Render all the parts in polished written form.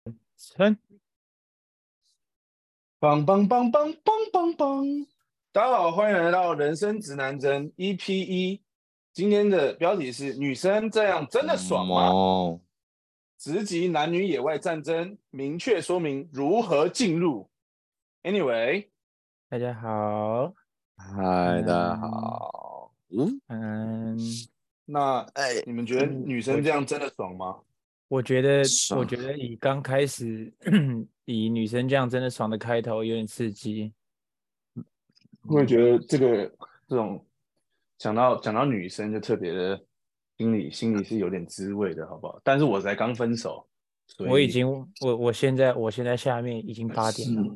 哼， 棒棒棒棒棒棒棒！大家好，欢迎来到人生指南针 EP1。今天的标题是“女生这样真的爽吗？” 哦， 直击男女野外战争，明确说明如何进入。Anyway， 大家好， 嗨，大家好。 那哎， 你们觉得女生这样真的爽吗？ 我觉得爽以刚开始以女生这样真的爽的开头有点刺激。 我也觉得这种讲到女生就特别的心里是有点滋味的，好不好？但是我才刚分手，所以我现在下面已经8点了。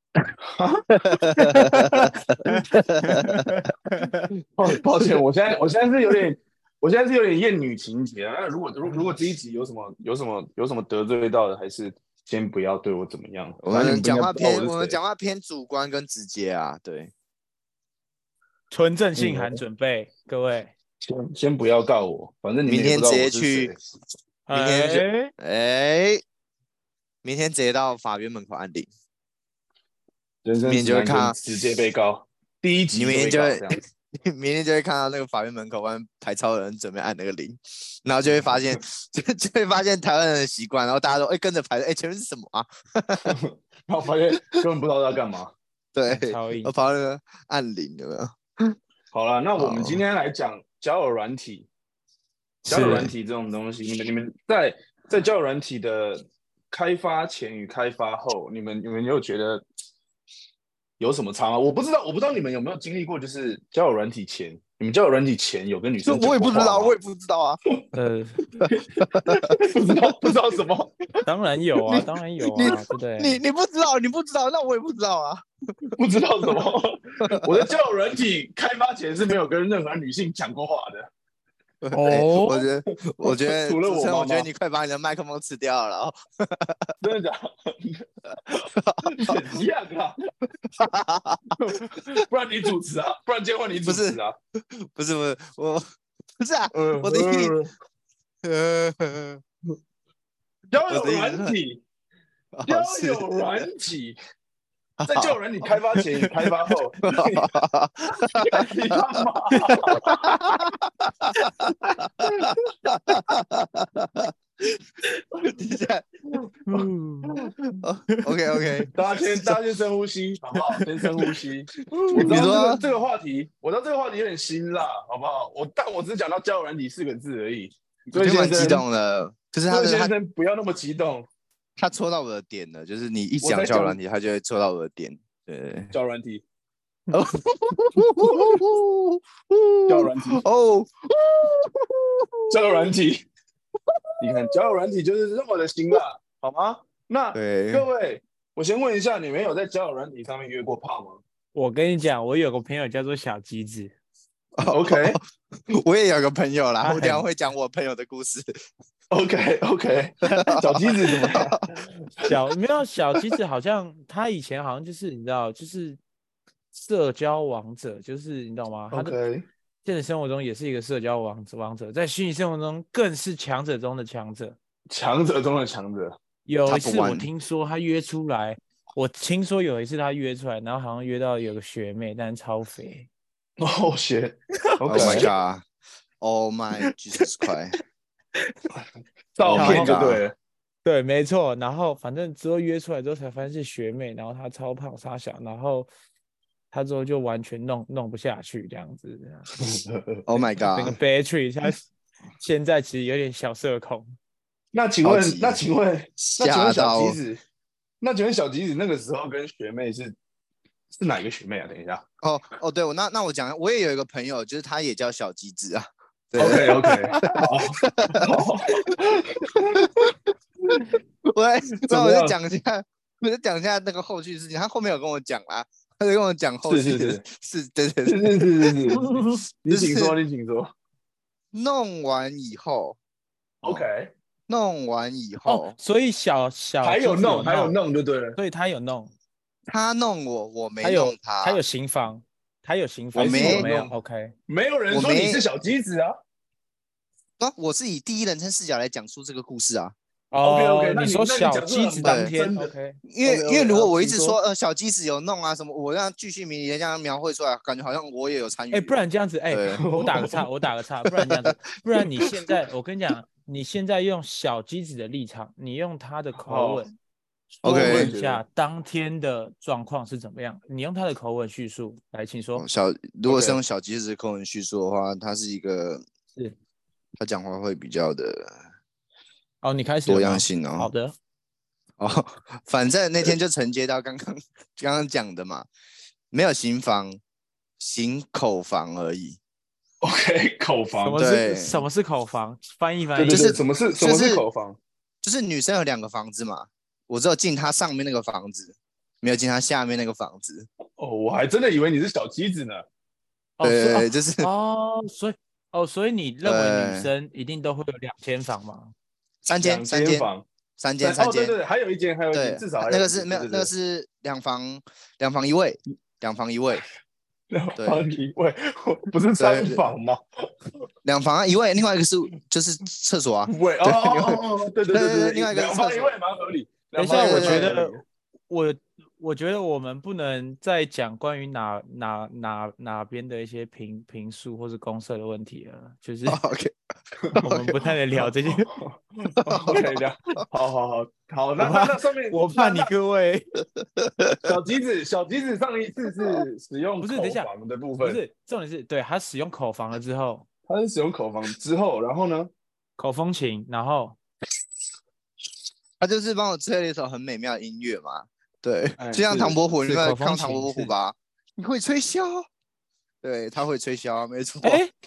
抱歉，我现在是有点厌女情节啊。那如果这一集有什么得罪到的，还是先不要对我怎么样。 我反正你们讲话们应该不知道我是谁。 我们讲话偏主观跟直接啊，对。 纯正信函准备，各位。 先不要告我，反正你们也不知道我是谁。 明天就明天直接到法院门口按铃， 人生指南针直接被告，第一集明天就被告这样子。 明天就会看到那个法院门口外面排超人准备按那个铃，然后就会发现就会发现台湾人的习惯，然后大家都跟着排，前面是什么啊？ 然后发现根本不知道在干嘛。 超对，我跑那个按铃有没有？ 好了，那我们今天来讲交友软体。交友软体这种东西，你们在交友软体的开发前与开发后，你们有觉得有什么差吗？我不知道你们有没有经历过，就是交友软体前，你们交友软体前有跟女生讲过话吗？ 我也不知道啊。 不知道什么？ 当然有啊，当然有啊，对不对？ 你不知道，那我也不知道啊。 不知道什么？我的交友软体开发前是没有跟任何女性讲过话的。 哦， 我觉得， 除了我妈妈， 我觉得你快把你的麦克风吃掉了哦。 真的假的？怎样啊？不然你主持啊？不然今天换你主持啊？ 不是我不是啊，我的意交友软体，交友软体。在交友软体开发前与开发后，你干嘛 ？OK， 大家先深呼吸，好不好？先深呼吸。我知道这个话题，有点辛辣，好不好？但我只讲到交友软体4个字而已。 所以蛮激动的，可是他先生不要那么激动。 他戳到我的点了，就是你一讲交友软体，他就会戳到我的点。对， 交友软体。 交友软体哦， 交友软体，你看交友软体就是这么的辛辣，好吗？那各位，我先问一下，你们有在交友软体上面约过炮吗？ 我跟你讲，我有个朋友叫做小鸡子。 OK， 我也有个朋友啦，我等一下会讲我朋友的故事。 OK， 小鸡子怎么样？ 没有小鸡子，好像他以前好像就是你知道，就是社交王者，就是你知道吗？他的现实生活中也是一个社交王者，在虚拟生活中更是强者中的强者， 强者中的强者。 有一次我听说他约出来，有一次他约出来，然后好像约到有个学妹，但超肥。 Oh shit! Oh my god! Oh my Jesus Christ! 照片就对了， 对，没错。然后反正之后约出来之后才发现是学妹，然后她超胖超小，然后她之后就完全弄不下去这样子。 Oh my god! 那个 battery 她现在其实有点小社恐。 那请问小吉子，那个时候跟学妹是哪一个学妹啊？等一下。 对，那我讲，我也有一个朋友，就是他也叫小鸡子啊。 OK， 好。 我再讲一下那个后续事情。他后面有跟我讲啦，他就跟我讲后续是，对， 你请说。 弄完以后 ，OK， 弄完以后， 所以小还有弄就对了， 所以他有弄， 他弄我没弄他， 他有行房， 我没有 OK， 没有人说你是小鸡子啊。 我是以第一人称视角来讲述这个故事啊。 OK， 你说小鸡子当天 ，OK， 因为如果我一直说小鸡子有弄啊什么，我让巨细靡遗这样描绘出来，感觉好像我也有参与。 不然这样子，我打个岔，不然这样子，不然你现在，我跟你讲，你现在用小鸡子的立场，你用他的口吻说问一下当天的状况是怎么样，你用他的口吻叙述来，请说。 如果是用小鸡子的口吻叙述的话，他是一个他讲话会比较的。 你开始多样性哦。 好的。 反正那天就承接到刚刚讲的嘛，没有行房，行口房而已。 OK， 口房。 什么是口房？翻译。 就是什么是口房？ 就是女生有2个房子嘛，我只有进她上面那个房子，没有进她下面那个房子。 我还真的以为你是小鸡子呢。 对，就是所以你认为女生一定都会有2间房吗 ？3间房。3间。 对，还有一间，至少那个是没有，那个是2房1卫，2房1卫 ，2房1卫，不是3房吗 ？2房1卫，另外一个就是厕所啊。 对， 另外一个 2房1卫蛮合理。 等一下，我觉得我们不能再讲关于哪边的一些评述或是公社的问题了，就是我们不太能聊这些。 OK， 聊，好，那上面我怕你各位小鸡子上一次是使用口房的部分， 不是重点是对他使用口房了之后， 然后呢， 口风琴，然后他就是帮我吹了一首很美妙的音乐嘛。对，就像唐伯虎，你看看唐伯虎吧，你会吹箫，对，他会吹箫，没错。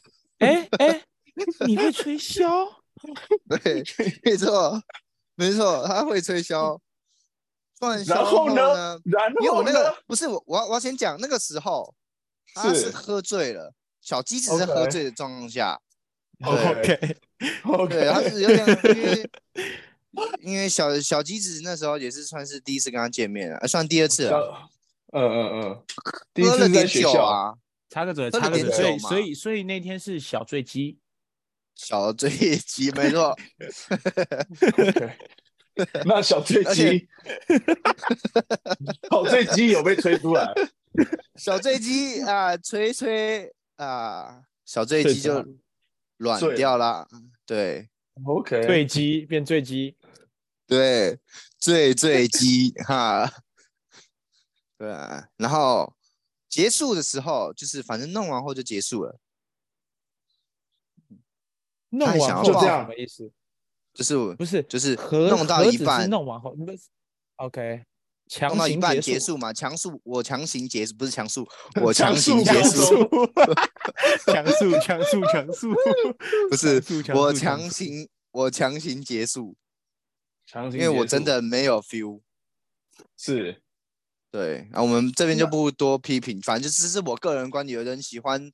你会吹箫？ 对，没错，他会吹箫。 然后呢？ 因为我那个不是我要先讲那个时候，他是喝醉了，小鸡子是喝醉的状况下。 OK， 对，他是有点因为小鸡子那时候也是算是第一次跟他见面了，算第2次了。 第一次在学校啊， 插个嘴，所以那天是小醉鸡， 没错。 那小醉鸡有被吹出来？ 小醉鸡啊，吹啊，小醉鸡就软掉了。对 ，OK， 醉鸡变醉鸡。 对，醉鸡哈，对啊，然后结束的时候，就是反正弄完后就结束了。 弄完后就这样， 什么意思？ 就是不是就是弄到一半， 弄完后，OK， 弄到一半结束嘛，我强行结束，不是强速，我强行结束， 强速， 不是我强行结束。因为我真的没有 feel， 是， 对，然后我们这边就不多批评，反正就是我个人观点，有人喜欢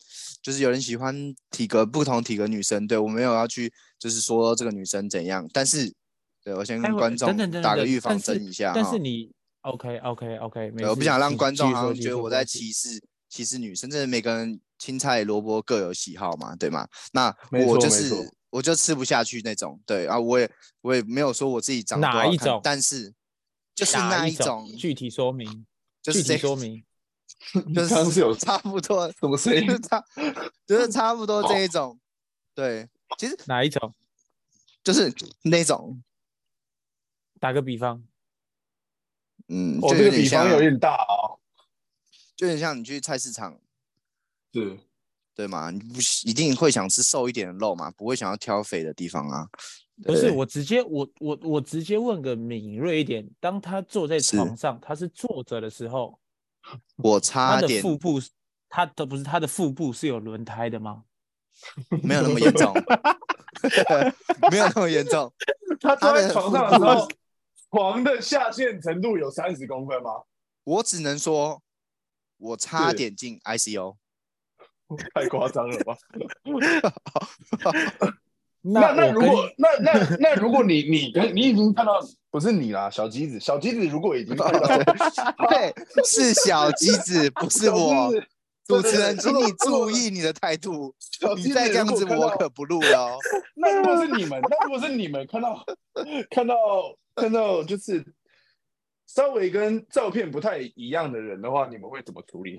不同体格女生，对我没有要去就是说这个女生怎样，但是对我先跟观众打个预防针一下， 但是你 OK， 没事， 我不想让观众好像觉得我在歧视女生，真的每个人青菜萝卜各有喜好嘛，对吗？那我就吃不下去那种，对啊，我也没有说我自己长多好看，哪一种，但是就是那一种， 具体说明， 就是就是有差不多什么声音， 就是差不多这一种，对，其实哪一种， 就是那种， 打个比方， 这个比方有点大哦， 就有点像你去菜市场， 是。 对嘛？你不一定会想吃瘦一点的肉嘛？不会想要挑肥的地方啊？ 不是，我直接问个敏锐一点，当他坐在床上，他是坐着的时候， 我差点他的腹部是有轮胎的吗？ 没有那么严重，没有那么严重。 他坐在床上的时候，床的下限程度有30公分吗？ 我只能说，我差点进 ICU。 太夸张了吧？那如果你已经看到，不是你啦，小鸡子如果已经看到， 对，是小鸡子，不是我， 主持人，请你注意你的态度，你再这样子我可不录了。 那如果是你们看到就是稍微跟照片不太一样的人的话，你们会怎么处理？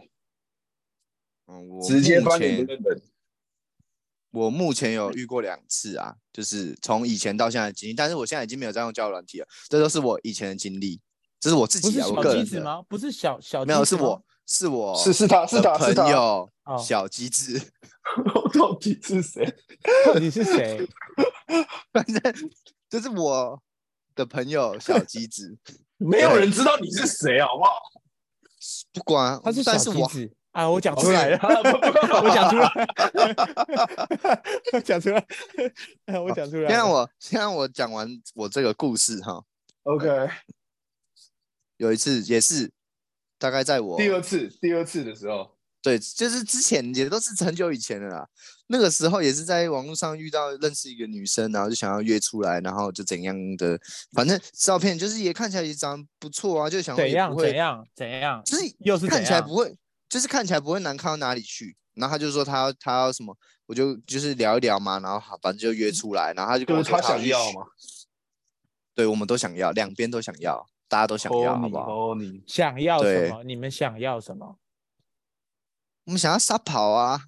直接翻脸不认人。 我目前有遇过2次啊，就是从以前到现在的经历，但是我现在已经没有在用交友软体了，这都是我以前的经历，这是我自己啊，我个人的吗？不是小没有，是他朋友小机智， 到底是谁？ 到底是谁？ 反正就是我的朋友小机智， 没有人知道你是谁，好不好？ 不管他是小机智。啊！我讲出来了，我讲出来，我讲出来。 先让我讲完我这个故事哈。 OK。 有一次也是，大概在我第二次的时候， 对，就是之前也都是很久以前的啦。那个时候也是在网络上认识一个女生，然后就想要约出来，然后就怎样的，反正照片就是也看起来也长得不错啊，就想怎样， 就是又是看起来不会。就是看起来不会难看到哪里去，然后他就说他要什么，我就是聊一聊嘛，然后反正就约出来，然后他就跟我说他想要嘛， 对，我们都想要，两边都想要，大家都想要，好不好？ 你想要什么？你们想要什么？ 我们想要撒跑啊！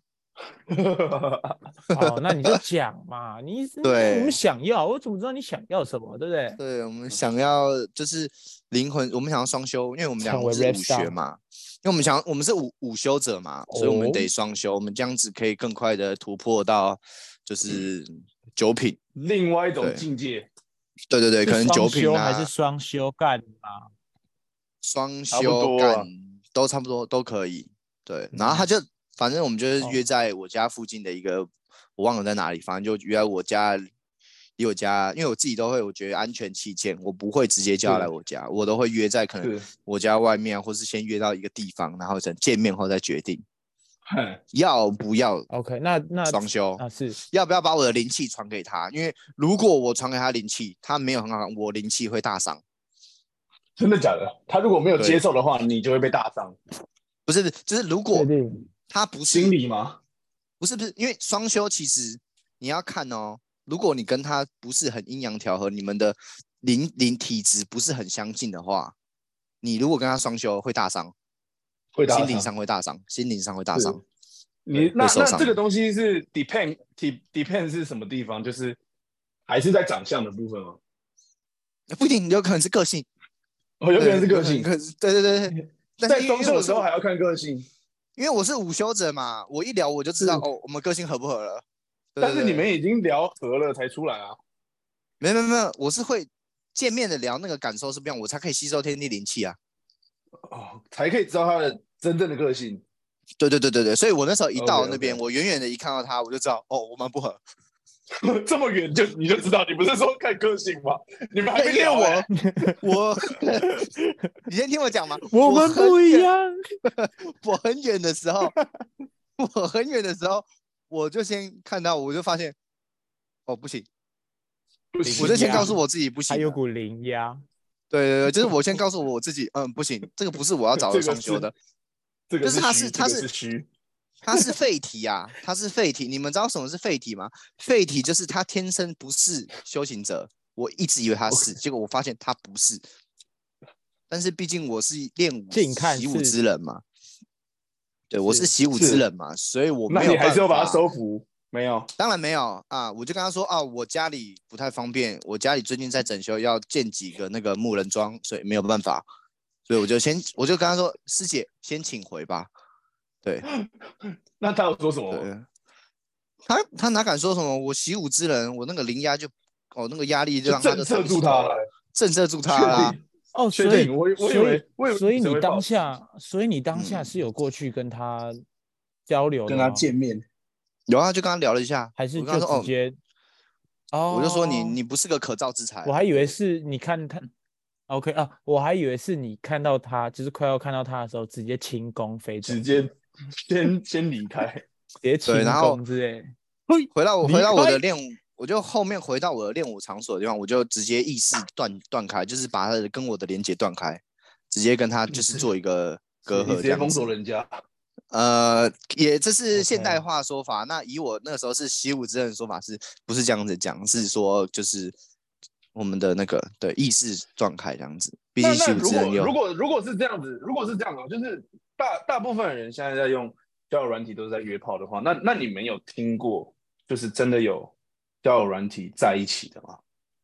哦，那你就讲嘛， 对， 我们想要，我怎么知道你想要什么，对不对？ 对，我们想要就是灵魂，我们想要双修，因为我们2个是5学嘛。因为我们是午休者嘛，所以我们得双休，我们这样子可以更快的突破到就是9品， 另外一种境界。 对，可能9品还是双修干啊？ 双修干都差不多都可以。对，然后反正我们就是约在我家附近的一个，我忘了在哪里，反正就约在我家。离我家，因为我自己都会，我觉得安全起见，我不会直接叫他来我家，我都会约在可能我家外面，或是先约到一个地方，然后等见面后再决定要不要。 OK， 那双修啊，是要不要把我的灵气传给他？因为如果我传给他灵气，他没有很好，我灵气会大伤。 真的假的？他如果没有接受的话，你就会被大伤。 不是，就是如果他不是心理吗？ 不是，因为双修其实你要看哦。如果你跟他不是很阴阳调和，你们的灵体质不是很相近的话，你如果跟他双修会大伤，心灵上会大伤。 那这个东西是 depend 是什么地方？就是还是在长相的部分吗？ 不一定，有可能是个性。 有可能是个性。 对。 在双修的时候还要看个性， 因为我是午休者嘛，我一聊我就知道我们个性合不合了。 但是你们已经聊合了才出来啊？ 没有，我是会见面的聊，那个感受是不一样，我才可以吸收天地灵气啊。 才可以知道他的真正的个性。 对，所以我那时候一到那边，我远远的一看到他，我就知道我们不合。 这么远你就知道，你不是说看个性吗？你们还没聊我你先听我讲嘛。 我们不一样。 我很远的时候，我就先看到，我就发现，不行，我就先告诉我自己不行， 还有股灵压。 对，就是我先告诉我自己，不行，这个不是我要找的双修的，就是他是废体啊，他是废体。你们知道什么是废体吗？废体就是他天生不是修行者，我一直以为他是，结果我发现他不是。但是毕竟我是练武习武之人嘛。对，我是习武之人嘛，所以我没有办法。 那你还是要把他收服？没有， 当然没有啊！我就跟他说我家里不太方便，我家里最近在整修，要建几个那个木人桩，所以没有办法。所以我就跟他说，师姐先请回吧。对， 那他有说什么？ 他哪敢说什么？我习武之人，我那个灵压那个压力就让他震慑住他了， 震慑住他啦。 所以你当下是有过去跟他交流的吗？ 跟他见面， 有啊，就跟他聊了一下， 还是就直接我就说你不是个可造之材。 我还以为是你看他 OK 啊，我还以为是你看到他，就是快要看到他的时候，直接轻功飞走， 直接先离开， 直接轻功之类。 回到我的练武，我就后面回到我的练武场所的地方，我就直接意识断开，就是把他跟我的连结断开，直接跟他就是做一个隔阂，这样子。 直接封锁人家。 这是现代化说法。那以我那个时候是习武之人的说法，是不是这样子讲？是说就是我们的那个对意识状态这样子。毕竟习武之人如果是这样子，就是大部分人现在在用交友软体都是在约炮的话，那你们有听过就是真的有交友软体在一起的吗？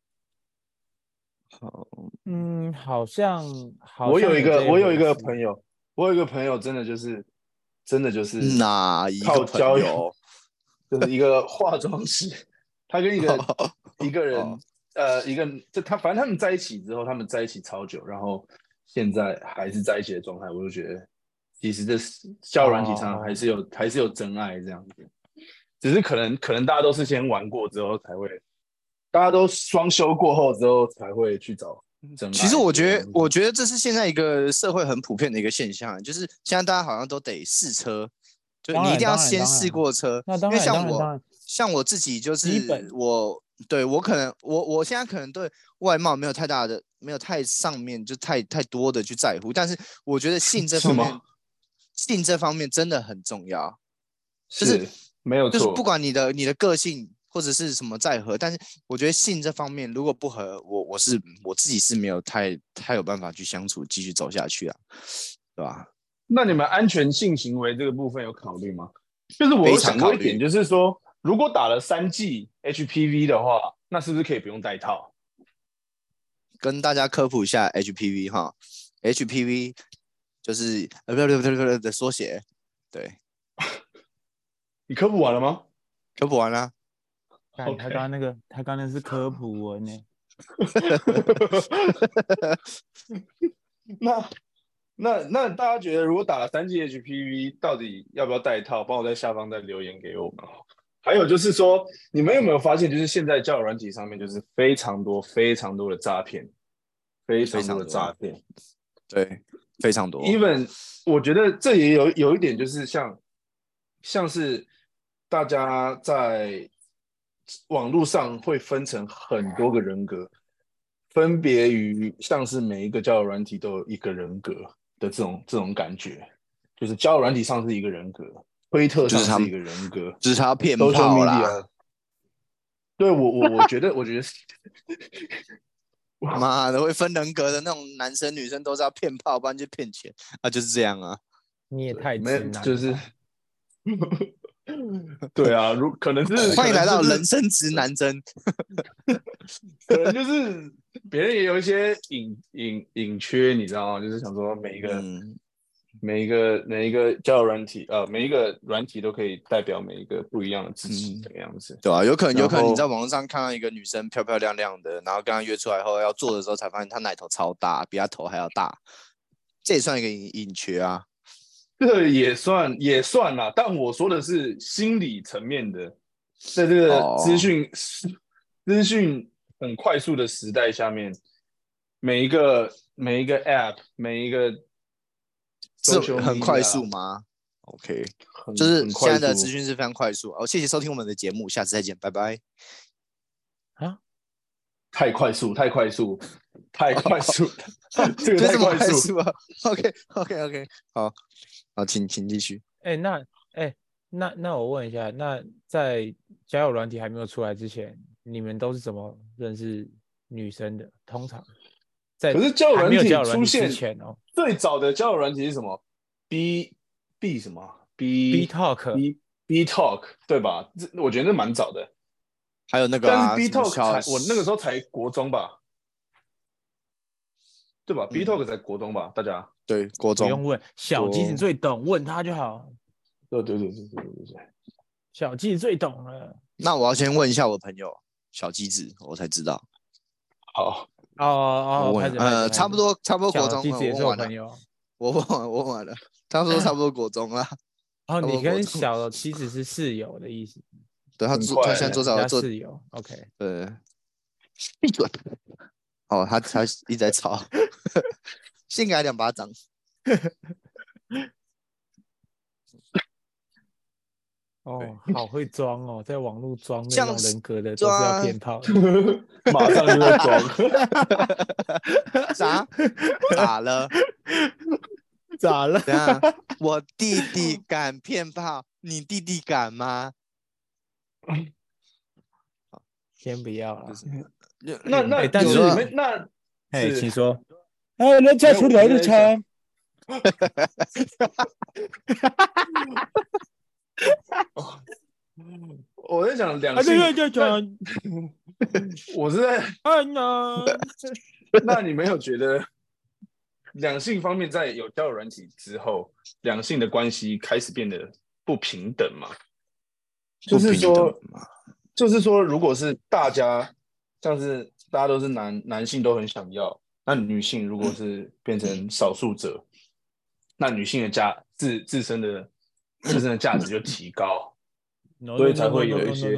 好像我有一个朋友，真的就是哪一个朋友？ 就是一个化妆师，他跟一个人反正他们在一起之后，他们在一起超久，然后现在还是在一起的状态，我就觉得其实这交友软体上还是有真爱这样子，只是可能大家都是先玩过之后才会，大家都双修过后之后才会去找。 其实我觉得这是现在一个社会很普遍的一个现象，就是现在大家好像都得试车，就你一定要先试过车。因为像我自己就是我可能我现在可能对外貌没有太上面就太多的去在乎，但是我觉得性这方面真的很重要， 就是没有错， 就是不管你的个性。或者是什么再合，但是我觉得性这方面如果不合，我自己是没有太有办法去相处，继续走下去啊，对吧？ 那你们安全性行为这个部分有考虑吗？就是我有想过一点，就是说，如果打了3剂 HPV 的话，那是不是可以不用戴套？ 跟大家科普一下 HPV 哈 ，HPV 就是不的缩写，对。 你科普完了吗？ 科普完了。 他刚刚是科普文呢。 那大家觉得，如果打了3剂 HPV， 到底要不要戴套？帮我在下方再留言给我们。还有就是说，你们有没有发现，就是现在交友软体上面就是非常多的诈骗，非常多的诈骗， 对，非常多。 even 我觉得这也有一点，就是像是大家在网络上会分成很多个人格，分别于像是每一个交友软体都有一个人格的这种感觉，就是交友软体上是一个人格，推特上是一个人格， 就是他骗炮啦。 对，我觉得妈的，会分人格的那种男生女生都是要骗炮，不然就骗钱啊，就是这样啊。 你也太直男了， 就是对啊，可能是欢迎来到人生直男真， 可能就是别人也有一些隐缺，你知道吗？就是想说每一个交友软体，每一个软体都可以代表每一个不一样的自己，这个样子， 对啊，有可能你在网络上看到一个女生漂漂亮亮的，然后跟她约出来后要做的时候，才发现她奶头超大，比她头还要大，这也算一个隐缺啊。 这也算啦，但我说的是心理层面的，在这个资讯很快速的时代下面，每一个 App， 每一个这很快速吗 ？OK， 就是现在的资讯是非常快速。谢谢收听我们的节目，下次再见，拜拜。 啊， 太快速，这个太快速啊 OK， 好，请继续。 那我问一下，那在交友软体还没有出来之前，你们都是怎么认识女生的？通常在可是交友软体出现之前最早的交友软体是什么 ？B 什么 ？B Talk 对吧？我觉得那蛮早的。 还有那个但是 B Talk 我那个时候才国中吧，对吧？B Talk 才国中吧，大家对国中不用问，小鸡子最懂，问他就好。 对， 小鸡子最懂了。 那我要先问一下我朋友小鸡子，我才知道。 好差不多国中。 小鸡子也是我朋友。 我问完了，他说差不多国中啦。 你跟小鸡子是室友的意思？ 对，他现在做室友 ，OK。 对，闭嘴。他一直在吵，先给他2巴掌。 好会装哦，在网络装那种人格的都是要骗炮的， 马上就会装。 咋了？ 咋了？ 等下我弟弟敢骗炮，你弟弟敢吗？ 先不要了。 那但是你们那哎，请说。人家出来的场。 我在讲两性，我是在那你没有觉得两性方面在有交友软体之后，两性的关系开始变得不平等吗？就是说，如果是大家像是大家都是男性都很想要，那女性如果是变成少数者，那女性的自身的价值就提高，所以才会有一些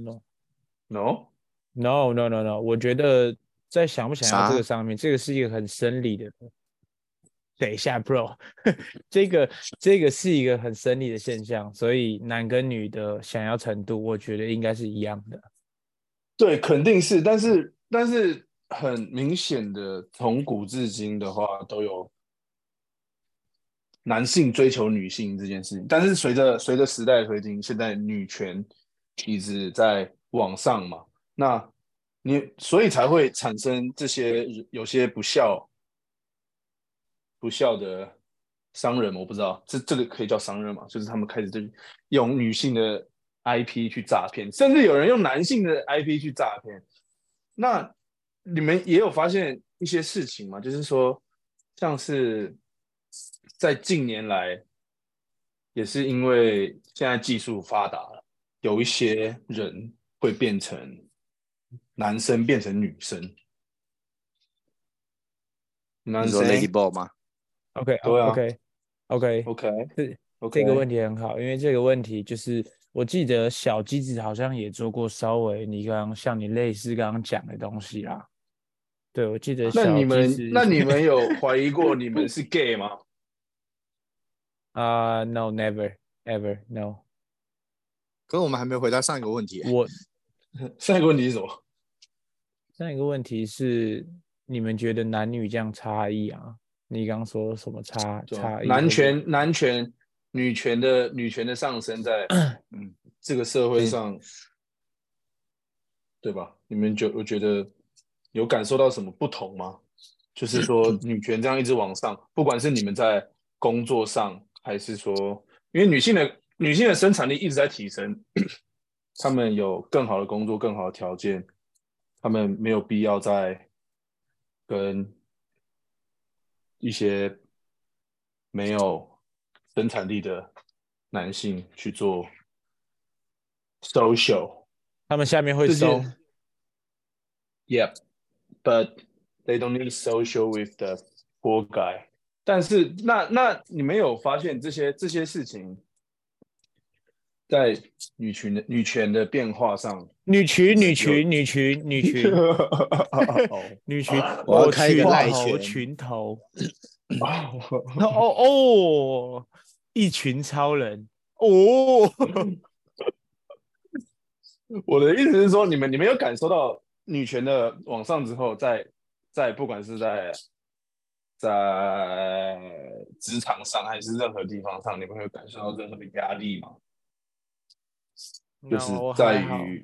no，我觉得在想不想要这个上面，这个是一个很生理的。等一下 ，bro， 这个是一个很生理的现象，所以男跟女的想要程度，我觉得应该是一样的。 对，肯定是，但是很明显的，从古至今的话，都有男性追求女性这件事情。但是随着时代的推进，现在女权一直在往上嘛，那所以才会产生这些有些不孝的商人，我不知道这个可以叫商人吗？就是他们开始就用女性的 IP 去诈骗，甚至有人用男性的 IP 去诈骗。那你们也有发现一些事情吗？就是说，像是在近年来，也是因为现在技术发达了，有一些人会变成男生变成女生。 你说 Ladyball 吗 ？OK， 对啊 OK，这个问题很好，因为这个问题就是我记得小鸡子好像也做过稍微像你类似刚刚讲的东西啦。对，我记得小鸡子。 那你们有怀疑过你们是 gay 吗 ？No, never, ever, no。 可是我们还没有回答上一个问题。 上一个问题是什么？ 上一个问题是你们觉得男女这样差异啊？你刚说什么差异？ 男权、女权的上升在这个社会上，对吧？你们我觉得有感受到什么不同吗？就是说女权这样一直往上，不管是你们在工作上，还是说，因为女性的生产力一直在提升，她们有更好的工作、更好的条件，她们没有必要再跟一些没有生产力的男性去做 social， 他们下面会收。 Yep, but they don't need social with the poor guy. 但是那你们有发现这些事情在女权的变化上？ 女群， 我要开一个赖群。 群头。哦，一群超人哦。 我的意思是说，你们有感受到女权的往上之后，在不管是在职场上还是任何地方上，你们会感受到任何的压力吗？就是在于，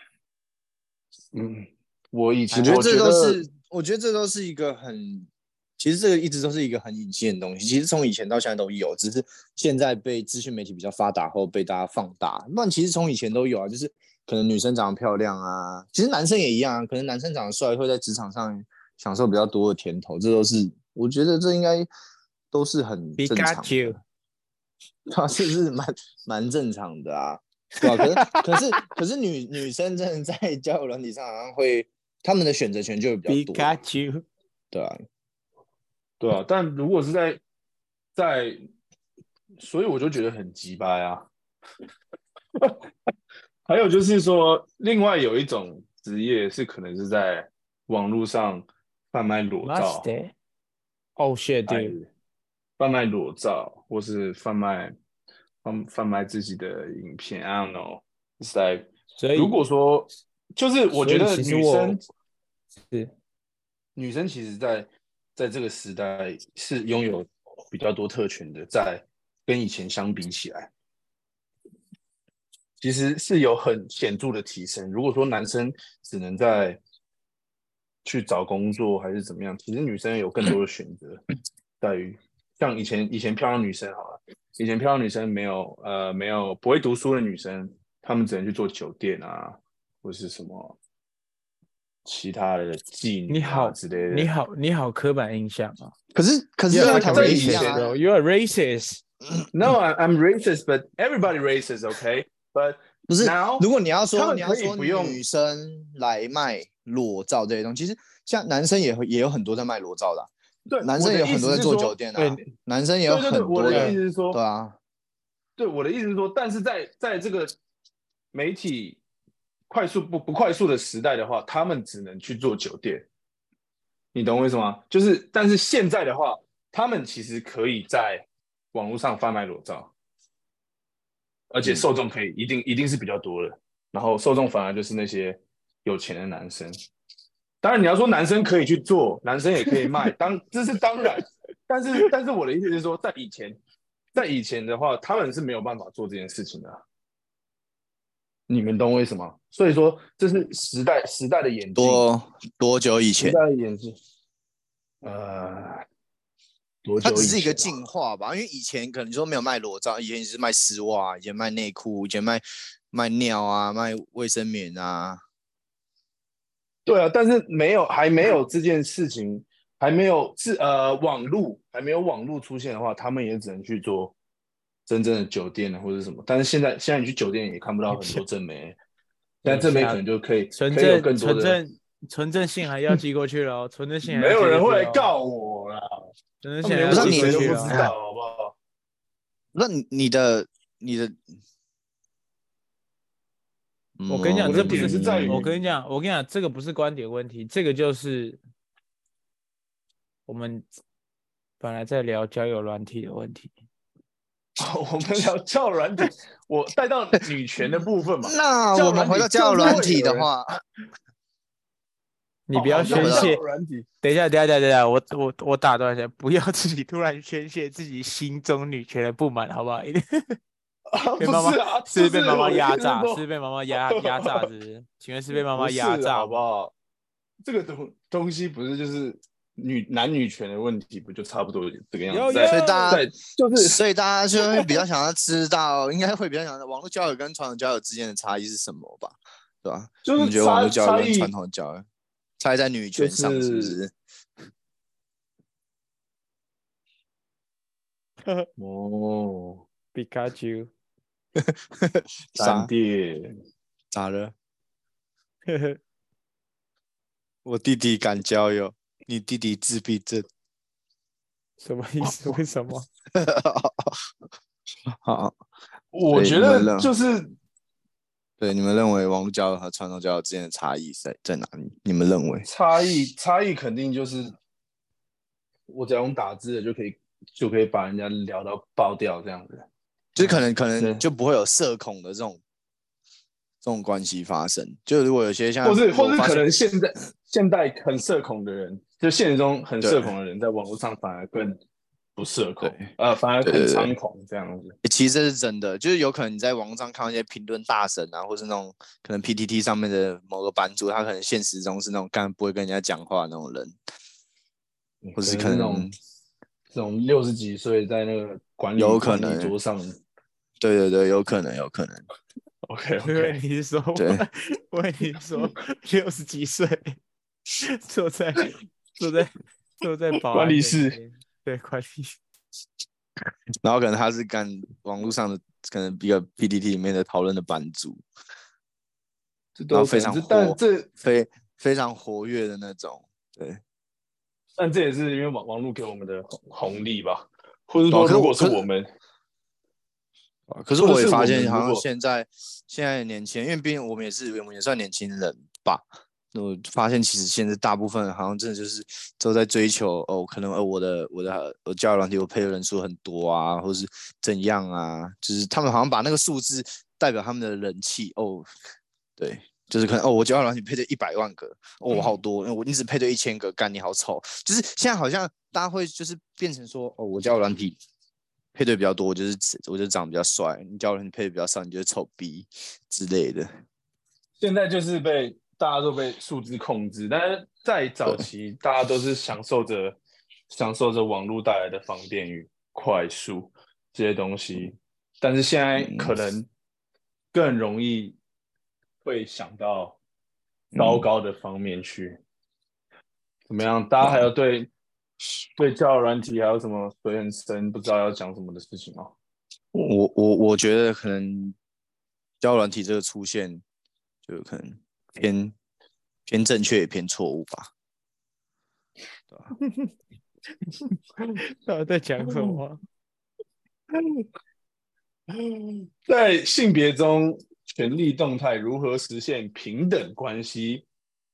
我以前我觉得这都是一个其实这个一直都是一个很隐性的东西，其实从以前到现在都有，只是现在被资讯媒体比较发达后被大家放大。那其实从以前都有啊，就是可能女生长得漂亮啊，其实男生也一样啊，可能男生长得帅会在职场上享受比较多的甜头，这都是我觉得这应该都是很正常的。啊，这是蛮正常的啊，对吧？可是女生真的在交友软体上好像会，他们的选择权就会比较多。对啊。 对啊，但如果是在，所以我就觉得很鸡掰啊。还有就是说，另外有一种职业是可能是在网络上贩卖裸照。 Oh shit, dude！ 贩卖裸照，或是贩卖自己的影片 ，I don't know。所以如果说，就是我觉得女生其实在这个时代是拥有比较多特权的，在跟以前相比起来，其实是有很显著的提升。如果说男生只能在去找工作还是怎么样，其实女生有更多的选择，在于像以前漂亮女生好了，以前漂亮女生没有不会读书的女生，她们只能去做酒店啊，或是什么其他的妓女啊之类的。 你好刻板印象啊！ 可是在台湾也一样啊。You are racist. No, I'm racist, but everybody racist, okay? But 不是，如果你要说不用女生来卖裸照这些东西，其实像男生也有很多在卖裸照的、啊， 对， 男生也有很多在做酒店啊，男生也有很多的。 我的意思是说， 对啊， 对，我的意思是说，但是在这个媒体快速不快速的时代的话，他们只能去做酒店，你懂我意思吗？就是，但是现在的话，他们其实可以在网络上贩卖裸照，而且受众可以一定是比较多的，然后受众反而就是那些有钱的男生。当然，你要说男生可以去做，男生也可以卖，这是当然。但是我的意思是说，在以前的话，他们是没有办法做这件事情的、啊。你们懂为什么？所以说，这是时代的演进。 多久以前？ 时代的演进，多久以前、啊？ 它只是一个进化吧，因为以前可能说没有卖裸照，以前是卖丝袜，以前卖内裤，以前卖尿啊，卖卫生棉啊。 对啊，但是还没有这件事情，还没有网络出现的话，他们也只能去做真正的酒店或者什么。但是现在你去酒店也看不到很多正妹，现在正妹可能就可以有更多的纯正信函要寄过去了，纯正信函没有人会来告我啦， 纯正信函要寄过去了，不知道好不好？ 那你的。 我跟你讲，这不是在于我跟你讲，这个不是观点问题，这个就是我们本来在聊交友软体的问题。 我们聊交友软体，我带到女权的部分嘛。 那我们回到交友软体的话， 你不要宣泄。等一下，我打断一下，不要自己突然宣泄自己心中女权的不满，好不好？被妈妈是被妈妈压榨，是被妈妈压榨是？请问是被妈妈压榨好不好？这个东西不是就是男女权的问题，不就差不多这个样子？ 所以大家就会比较想要知道，应该会比较想网络交友跟传统交友之间的差异是什么吧？对吧？ 就是你们觉得网络交友跟传统交友差异在女权上是不是？ 哦， 皮卡丘。 闪电咋了？我弟弟敢交友，你弟弟自闭症， 什么意思？为什么？ 好， 我觉得就是对你们认为网络交友和传统交友之间的差异在哪里？你们认为差异肯定就是我只要用打字的就可以把人家聊到爆掉这样子。 就是可能就不会有社恐的这种关系发生。就如果有些像， 或是可能现代很社恐的人，就现实中很社恐的人，在网络上反而更不社恐，反而很猖狂这样子。 其实这是真的，就是有可能你在网络上看到一些评论大神啊，或是那种可能 PTT 上面的某个版主，他可能现实中是那种不会跟人家讲话的那种人，或是可能这种60几岁在那个管理桌上。 对，有可能。 OK， 我以为你说60几岁坐在管理室， 对，管理室。然后可能他是干网络上的可能一个 PTT 里面的讨论的版主，然后非常活跃的那种，对。 但这也是因为网络给我们的红利吧，或者说如果是我们。 可是我也发现，好像现在的年轻人，因为毕竟我们也算年轻人吧。我发现其实现在大部分人好像真的就是都在追求可能我交友软体我配的人数很多啊，或是怎样啊，就是他们好像把那个数字代表他们的人气对，就是可能我交友软体配对100万个我好多，因为我一直配对1000个，干你好丑，就是现在好像大家会就是变成说我交友软体配对比较多，我就长得比较帅；你交友软体配对比较少，你就是丑逼之类的。 现在就是大家都被数字控制，但是在早期，大家都是享受着网络带来的方便与快速这些东西，但是现在可能更容易会想到糟糕的方面去。怎么样？大家还有对交友软体还有什么水很深，不知道要讲什么的事情吗？ 我觉得可能交友软体这个出现，就可能偏正确也偏错误吧，对吧？ 到底在讲什么？ 在性别中，权力动态如何实现平等关系？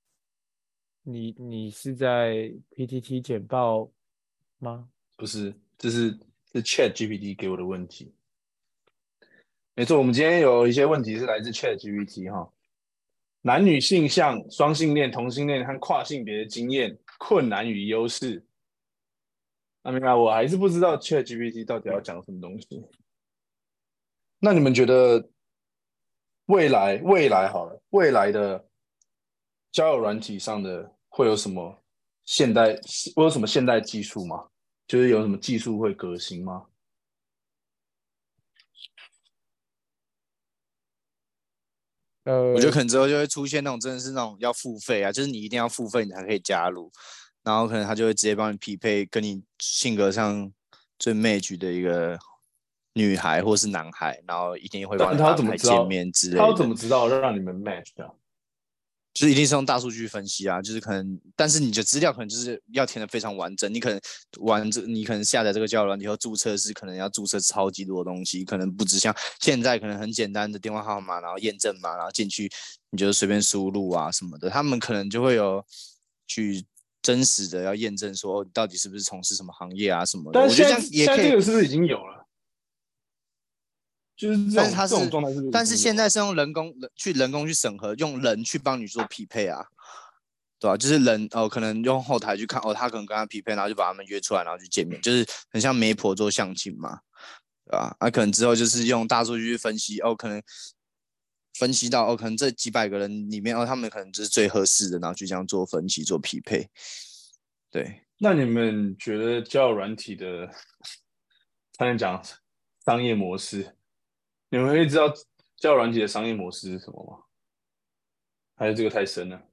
你是在 PTT 简报吗？ 不是，这是 Chat GPT 给我的问题。没错，我们今天有一些问题是来自 Chat GPT 哈。男女性向、双性恋、同性恋和跨性别的经验、困难与优势。那明白，我还是不知道 Chat GPT 到底要讲什么东西。那你们觉得未来好了，未来的交友软体上的会有什么现代技术吗？就是有什么技术会革新吗？ 我觉得可能之后就会出现那种真的是那种要付费啊，就是你一定要付费你才可以加入，然后可能他就会直接帮你匹配跟你性格上最 match 的一个女孩或是男孩，然后一定会帮但他要你安怎么知道？ 排见面之他要类的。 怎么知道让你们 match 的？ 就是一定是用大数据分析啊，就是可能，但是你的资料可能就是要填的非常完整，你可能你可能下载这个交友软体后注册是可能要注册超级多东西，可能不止像现在可能很简单的电话号码，然后验证码，然后进去你就随便输入啊什么的，他们可能就会有去真实的要验证说，你到底是不是从事什么行业啊什么的。我觉得这样也现在可以， 这个是不是已经有了？就是但是它是， 这种状态是不是已经有了？ 但是现在是用人工去审核，用人去帮你做匹配啊。对吧、就是人可能用后台去看他可能跟他匹配，然后就把他们约出来，然后去见面，就是很像媒婆做相亲嘛，对吧？可能之后就是用大数据去分析，可能分析到可能这几百个人里面，他们可能就是最合适的，然后去这样做分析做匹配。对， 那你们觉得交友软体的，才能讲商业模式，你们会知道交友软体的商业模式是什么吗？还是这个太深了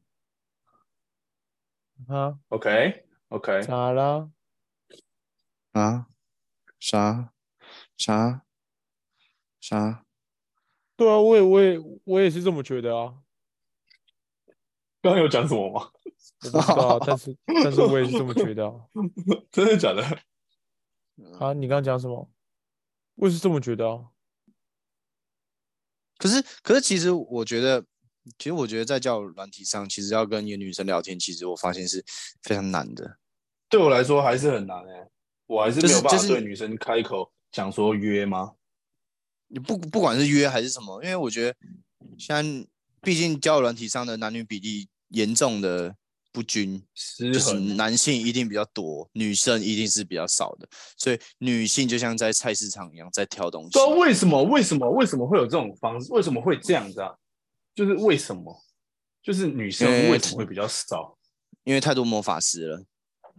啊， ？OK， 咋了？ 啊，啥啥啥？ 对啊，我也是这么觉得啊。 刚刚有讲什么吗？ 我不知道啊，但是我也是这么觉得啊。 真的假的？ 啊，你刚刚讲什么？我也是这么觉得啊。 可是，其实我觉得在交友软体上，其实要跟一个女生聊天，其实我发现是非常难的。 对我来说还是很难我还是没有办法对就是女生开口讲说约吗？ 你不管是约还是什么，因为我觉得现在毕竟交友软体上的男女比例严重的不均，就是失衡。 男性一定比较多，女生一定是比较少的，所以女性就像在菜市场一样在挑东对啊， 西。 为什么会有这种方式？为什么会这样子啊？就是为什么？就是女因为生为什么会比较少？ 因为太多魔法师了，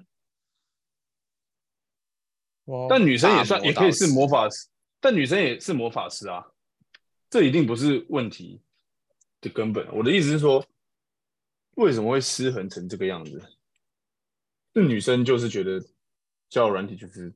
哇， 但女生大魔也可以是魔导师。 法师，但女生也是魔法师啊，这一定不是问题的根本。我的意思是说，为什么会失衡成这个样子？这女生就是觉得交友软体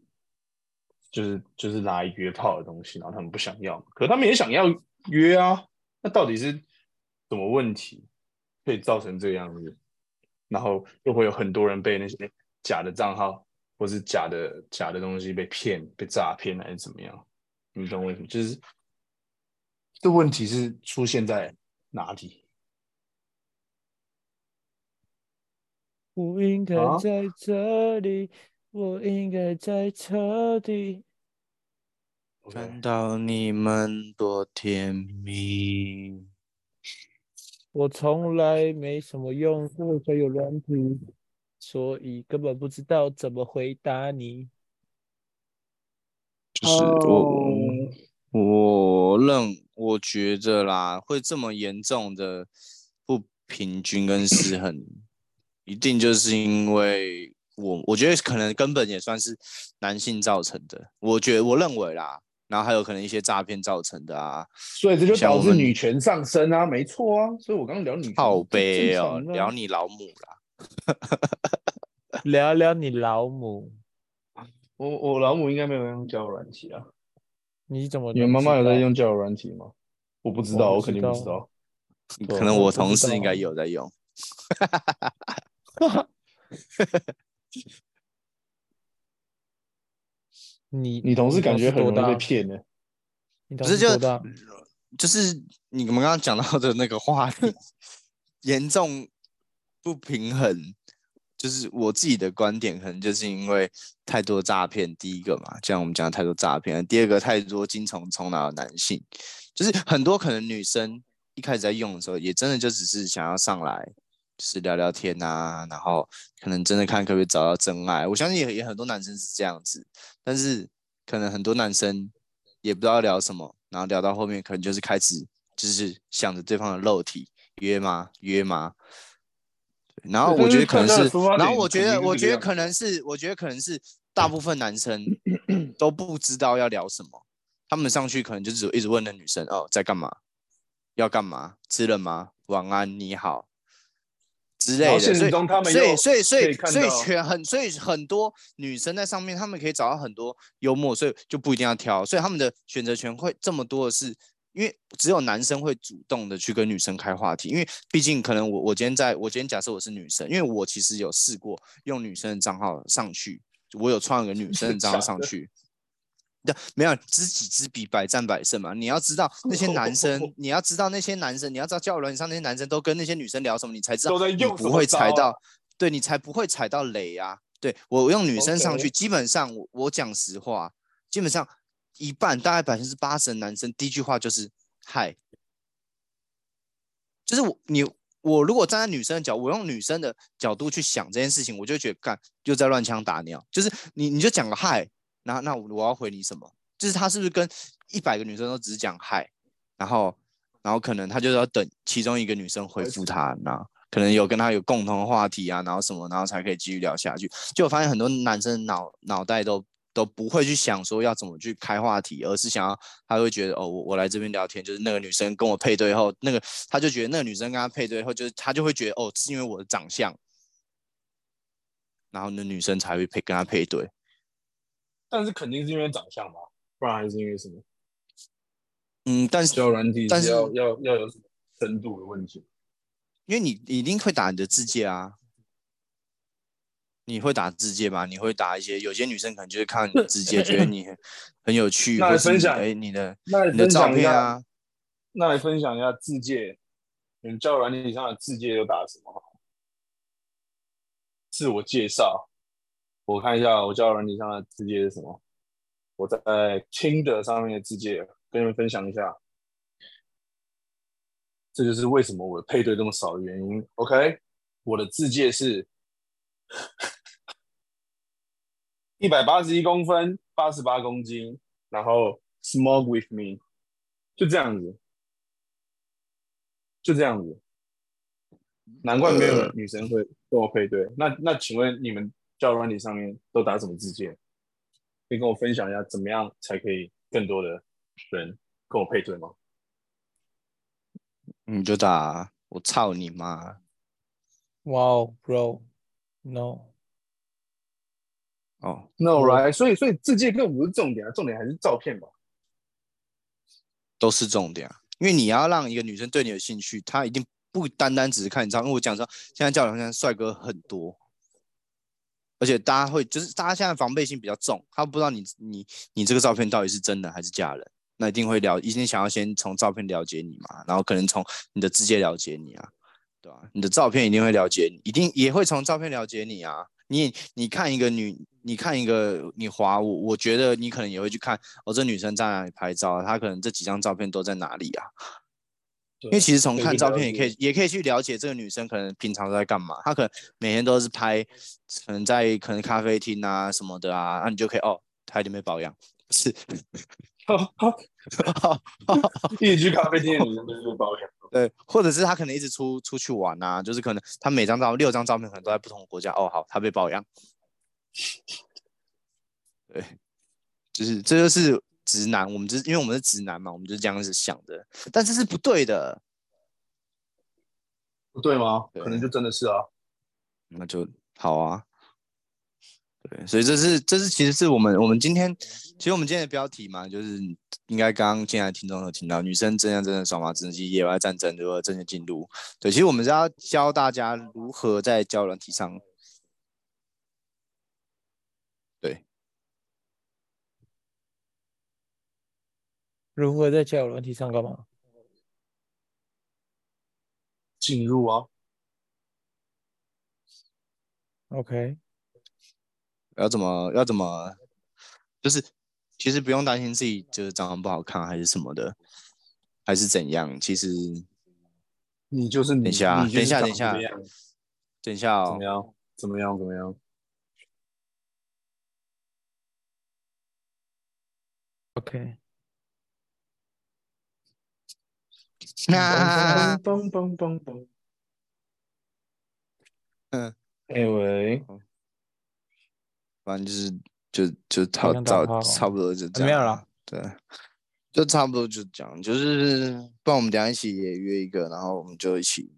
就是拿来约炮的东西，然后他们不想要，可他们也想要约啊。那到底是什么问题可以造成这个样子？然后又会有很多人被那些假的账号或是假的东西被骗、被诈骗还是怎么样？你懂为什么？就是这问题是出现在哪里我应该啊？ 在这里，我应该在这里。 看 OK， 到你们多甜蜜。 我从来没什么用过交友软体，所以根本不知道怎么回答你。 就是我觉得啦，会这么严重的不平均跟失衡，一定就是因为我觉得可能根本也算是男性造成的，我认为啦，然后还有可能一些诈骗造成的啊， 所以这就导致女权上升啊，没错啊，所以我刚刚聊女权， 靠北哦，聊你老母啦， 聊聊你老母。 我老母应该没有用交友软体啊。 你怎么？ 你们妈妈有在用交友软体吗？我不知道，我肯定不知道。 可能我同事应该有在用。 你同事感觉很容易被骗呢？ 不是就是你们刚刚讲到的那个话题，严重不平衡。就是我自己的观点，可能就是因为太多诈骗。第一个嘛，就像我们讲的太多诈骗；第二个，太多精虫充脑的男性，就是很多可能女生一开始在用的时候，也真的就只是想要上来，就是聊聊天啊，然后可能真的看可不可以找到真爱。我相信也很多男生是这样子，但是可能很多男生也不知道聊什么，然后聊到后面可能就是开始就是想着对方的肉体，约吗？然后我觉得可能是，然后我觉得可能是大部分男生都不知道要聊什么，他们上去可能就只一直问那女生哦在干嘛，要干嘛，吃了吗，晚安，你好之类的。所以很多女生在上面，她们可以找到很多幽默，所以就不一定要挑，所以他们的选择权会这么多的是。因为只有男生会主动的去跟女生开话题，因为毕竟可能我今天假设我是女生，因为我其实有试过用女生的账号上去，我有创一个女生的账号上去，没有知己知彼，百战百胜嘛。你要知道那些男生，你要知道交友软件上那些男生都跟那些女生聊什么，你才知道你不会踩到，对你才不会踩到雷啊。对我用女生上去，基本上我讲实话，基本上。一半大概80%的男生第一句话就是嗨，就是我如果站在女生的角，我用女生的角度去想这件事情，我就觉得干又在乱枪打鸟。就是你就讲个嗨，那我要回你什么？就是他是不是跟100个女生都只是讲嗨，然后可能他就要等其中一个女生回复他，那可能有跟他有共同的话题啊，然后什么，然后才可以继续聊下去。就我发现很多男生脑袋都不会去想说要怎么去开话题，而是他会觉得哦，我来这边聊天，就是那个女生跟我配对后，他就觉得那个女生跟他配对后，就是他就会觉得哦，是因为我的长相，然后那女生才会跟他配对。 但是肯定是因为长相吧，不然还是因为什么？ 但是交友软体是要有什么深度的问题？ 因为你一定会打你的字界啊。你会打字界吗？你会打一些，有些女生可能就是看你的字界，觉得你很有趣， 或是你的照片啊。 那来分享一下字界，你们交友软体上的字界都打什么？自我介绍，我看一下我交友软体上的字界是什么。我在Tinder上面的字界跟你们分享一下，这就是为什么我的配对这么少的原因。OK， 我的字界是181公分，88公斤，然后 smoke with me， 就这样子，难怪没有女生会跟我配对。那请问你们交友软体上面都打什么字界？可以跟我分享一下，怎么样才可以更多的人跟我配对吗？ 你就打我操你妈！ 哇哦 ，bro，no。 No right，所以字界根本不是重点啊，重点还是照片吧。 都是重点啊，因为你要让一个女生对你有兴趣，她一定不单单只是看你照片。因为我讲说，现在交友上帅哥很多，而且大家现在防备心比较重，他不知道你这个照片到底是真的还是假人，那一定想要先从照片了解你嘛，然后可能从你的字界了解你啊，对吧？你的照片一定会了解你，一定也会从照片了解你啊。你看一个你滑我觉得你可能也会去看哦，这女生在哪里拍照，她可能这几张照片都在哪里啊？因为其实从看照片也可以去了解这个女生可能平常都在干嘛。她可能每天都是拍，可能在咖啡厅啊什么的啊，那你就可以他一定被包养，是。 一直去咖啡店的女生都是被包养。 对，或者是他可能一直出去玩啊，就是可能他每张6张照片可能都在不同的国家。哦，好，他被包养。对，这就是直男，因为我们是直男嘛，我们就是这样子想的，但这是不对的。 不对吗？可能就真的是啊。 那就好啊。对，所以这其实是我们今天，其实我们今天的标题嘛，就是应该刚刚进来的听众有听到，女生真的爽吗？直升机野外战争如何正确进入？对，其实我们是要教大家如何在交友软体上，对， 如何在交友软体上干嘛？ 进入啊。 OK， 要怎么，就是其实不用担心自己就是长得不好看还是什么的，还是怎样。其实你就是你， 等一下， 你就是长这个样子。 等一下怎么样？怎么样？怎么样 OK， 那嘣嘣嘣嘣。 嗯， 哎喂， 反正就好像打炮差不多就这样。 没有啦。 对，就差不多就这样，就是不然我们等一下一起也约一个，然后我们就一起。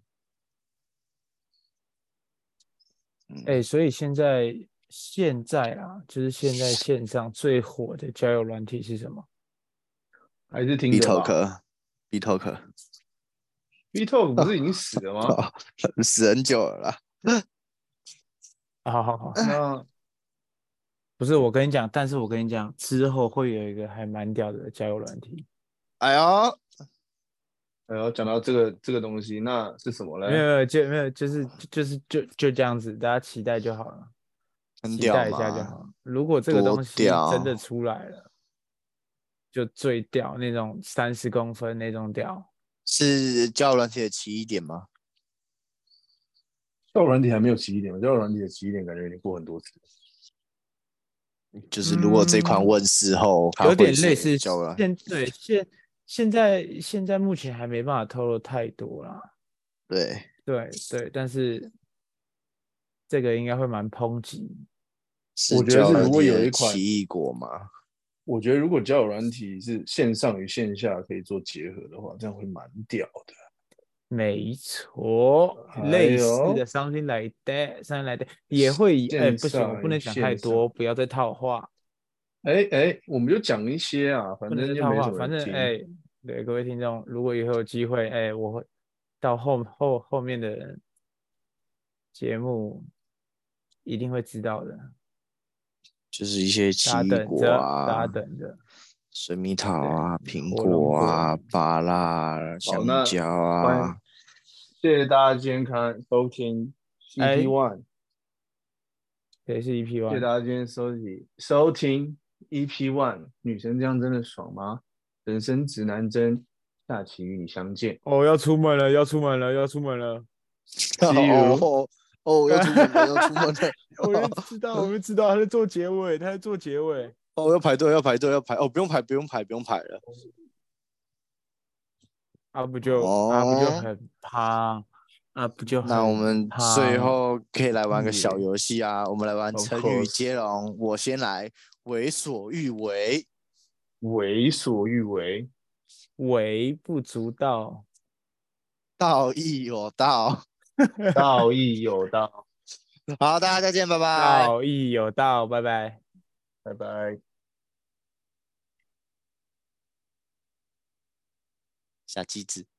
所以现在啊，就是现在线上最火的交友软体是什么？ 还是听着吧。 BeeTalk BeeTalk 不是已经死了吗？ 死很久了啦。 好， 那不是我跟你讲，但是我跟你讲，之后会有一个还蛮屌的交友软体。 哎呦， 讲到这个东西，那是什么嘞？ 没有，就这样子，大家期待就好了， 很期待一下屌吗？ 就好。如果这个多东西真的屌！ 出来了，就最屌那种30公分那种屌。 是交友软体的奇异点吗？ 交友软体还没有奇异点，交友软体的奇异点感觉已经过很多次。 就是如果这款问世后，它有会点类似交友现在目前还没办法透露太多啦。对，但是这个应该会蛮抨击。 我觉得是如果有一款奇异果吗？ 我觉得如果交友软体是线上与线下可以做结合的话，这样会蛮屌的。 没错，类似的 something like that，something like that 也会不行，我不能讲太多，不要再套话。 我们就讲一些啊，反正就没什么人听。 对各位听众，如果以后有机会，我会到后面的节目一定会知道的。 就是一些奇异果啊， 大家等着， 水蜜桃啊，苹果啊，芭乐、香蕉啊。 谢谢大家今天收听 EP One。 谁是 EP One？ 谢谢大家今天收听 EP One。女生这样真的爽吗？人生指南针，下期与你相见。 哦，要出门了。 要出门了。 要出门了。我就知道他在做结尾， 哦，要排队。哦，不用排了。 不就很胖不就很胖？ 那我们最后可以来玩个小游戏啊，我们来玩成语接龙。我先来，为所欲为。 为所欲为， 微不足道， 道义有道， 道义有道。 好，大家再见，拜拜。 道义有道，拜拜， 拜拜。 小鸡子。